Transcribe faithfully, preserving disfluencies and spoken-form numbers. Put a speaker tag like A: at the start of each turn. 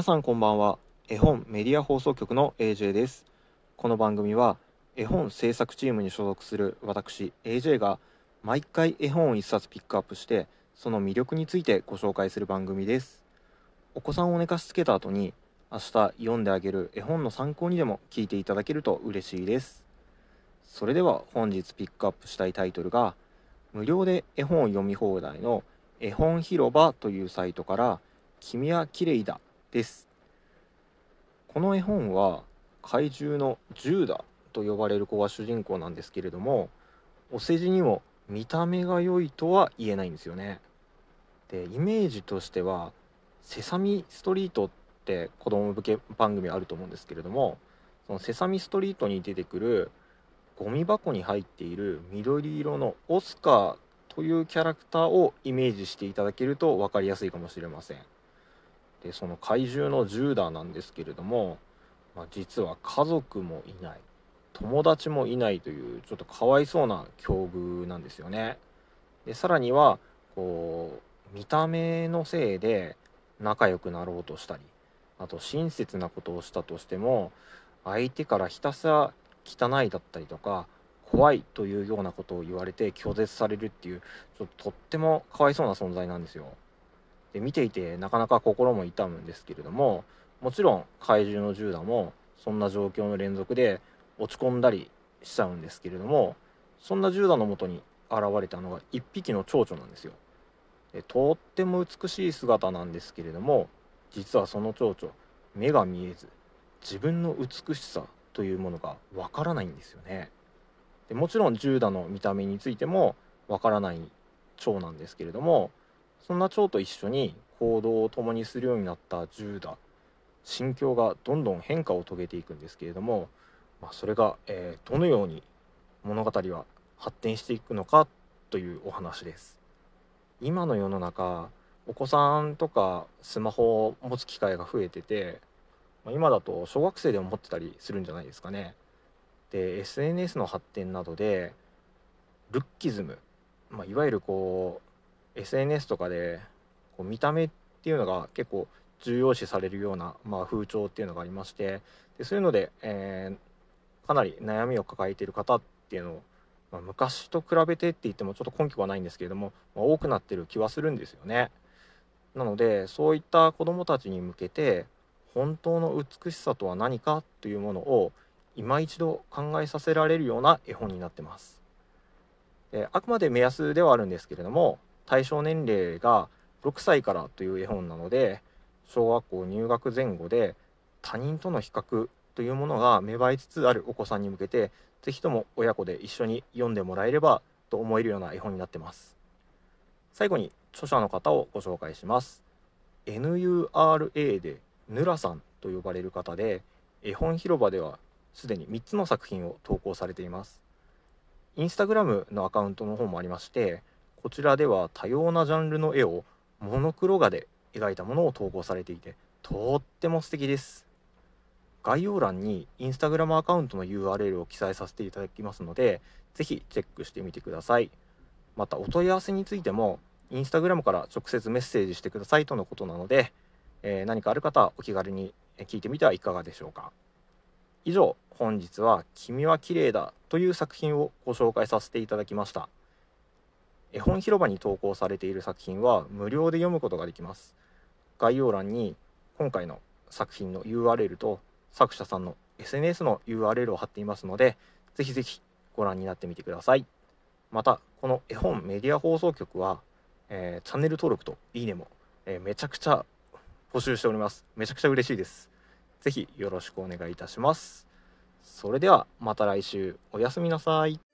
A: 皆さんこんばんは。絵本メディア放送局の エージェー です。この番組は絵本制作チームに所属する私 エージェー が毎回絵本を一冊ピックアップしてその魅力についてご紹介する番組です。お子さんを寝かしつけた後に明日読んであげる絵本の参考にでも聞いていただけると嬉しいです。それでは本日ピックアップしたいタイトルが、無料で絵本を読み放題の絵本広場というサイトから君はきれいだです。この絵本は怪獣のジューダと呼ばれる子が主人公なんですけれども、お世辞にも見た目が良いとは言えないんですよね。で、イメージとしてはセサミストリートって子供向け番組あると思うんですけれども、そのセサミストリートに出てくるゴミ箱に入っている緑色のオスカーというキャラクターをイメージしていただけると分かりやすいかもしれません。で、その怪獣のジューダーなんですけれども、まあ、実は家族もいない、友達もいないというちょっとかわいそうな境遇なんですよね。で、さらにはこう見た目のせいで仲良くなろうとしたり、あと親切なことをしたとしても相手からひたすら汚いだったりとか怖いというようなことを言われて拒絶されるっていう、ちょっととってもかわいそうな存在なんですよ。で、見ていてなかなか心も痛むんですけれども、もちろん怪獣のジューダもそんな状況の連続で落ち込んだりしちゃうんですけれども、そんなジューダのもとに現れたのが一匹の蝶々なんですよ。で、とっても美しい姿なんですけれども、実はその蝶々目が見えず自分の美しさというものがわからないんですよね。で、もちろんジューダの見た目についてもわからない蝶なんですけれども、そんな蝶と一緒に行動を共にするようになったジューダ、心境がどんどん変化を遂げていくんですけれども、まあ、それが、えーどのように物語は発展していくのかというお話です。今の世の中、お子さんとかスマホを持つ機会が増えてて、まあ今だと小学生でも持ってたりするんじゃないですかね。で、 エスエヌエス の発展などでルッキズム、まあ、いわゆるこう エスエヌエス とかでこう見た目っていうのが結構重要視されるような、まあ、風潮っていうのがありまして、でそういうので、えーかなり悩みを抱えている方っていうのを、まあ、昔と比べてって言ってもちょっと根拠はないんですけれども、まあ、多くなってる気はするんですよね。なのでそういった子どもたちに向けて本当の美しさとは何かというものを今一度考えさせられるような絵本になってます。で、あくまで目安ではあるんですけれども、対象年齢がろくさいからという絵本なので、小学校入学前後で他人との比較というものが芽生えつつあるお子さんに向けて、ぜひとも親子で一緒に読んでもらえればと思えるような絵本になってます。最後に著者の方をご紹介します。エヌユーアールエー でヌラさんと呼ばれる方で、絵本広場ではすでにみっつの作品を投稿されています。インスタグラムのアカウントの方もありまして、こちらでは多様なジャンルの絵をモノクロ画で描いたものを投稿されていて、とっても素敵です。概要欄にインスタグラムアカウントの ユーアールエル を記載させていただきますので、ぜひチェックしてみてください。またお問い合わせについても、インスタグラムから直接メッセージしてくださいとのことなので、えー何かある方はお気軽に聞いてみてはいかがでしょうか。以上、本日は君は綺麗だという作品をご紹介させていただきました。絵本広場に投稿されている作品は無料で読むことができます。概要欄に今回の作品の ユーアールエル と作者さんの エスエヌエス の ユーアールエル を貼っていますので、ぜひぜひご覧になってみてください。また、この絵本メディア放送局は、えーチャンネル登録といいねも、えーめちゃくちゃ募集しております。めちゃくちゃ嬉しいです。ぜひよろしくお願いいたします。それではまた来週、おやすみなさい。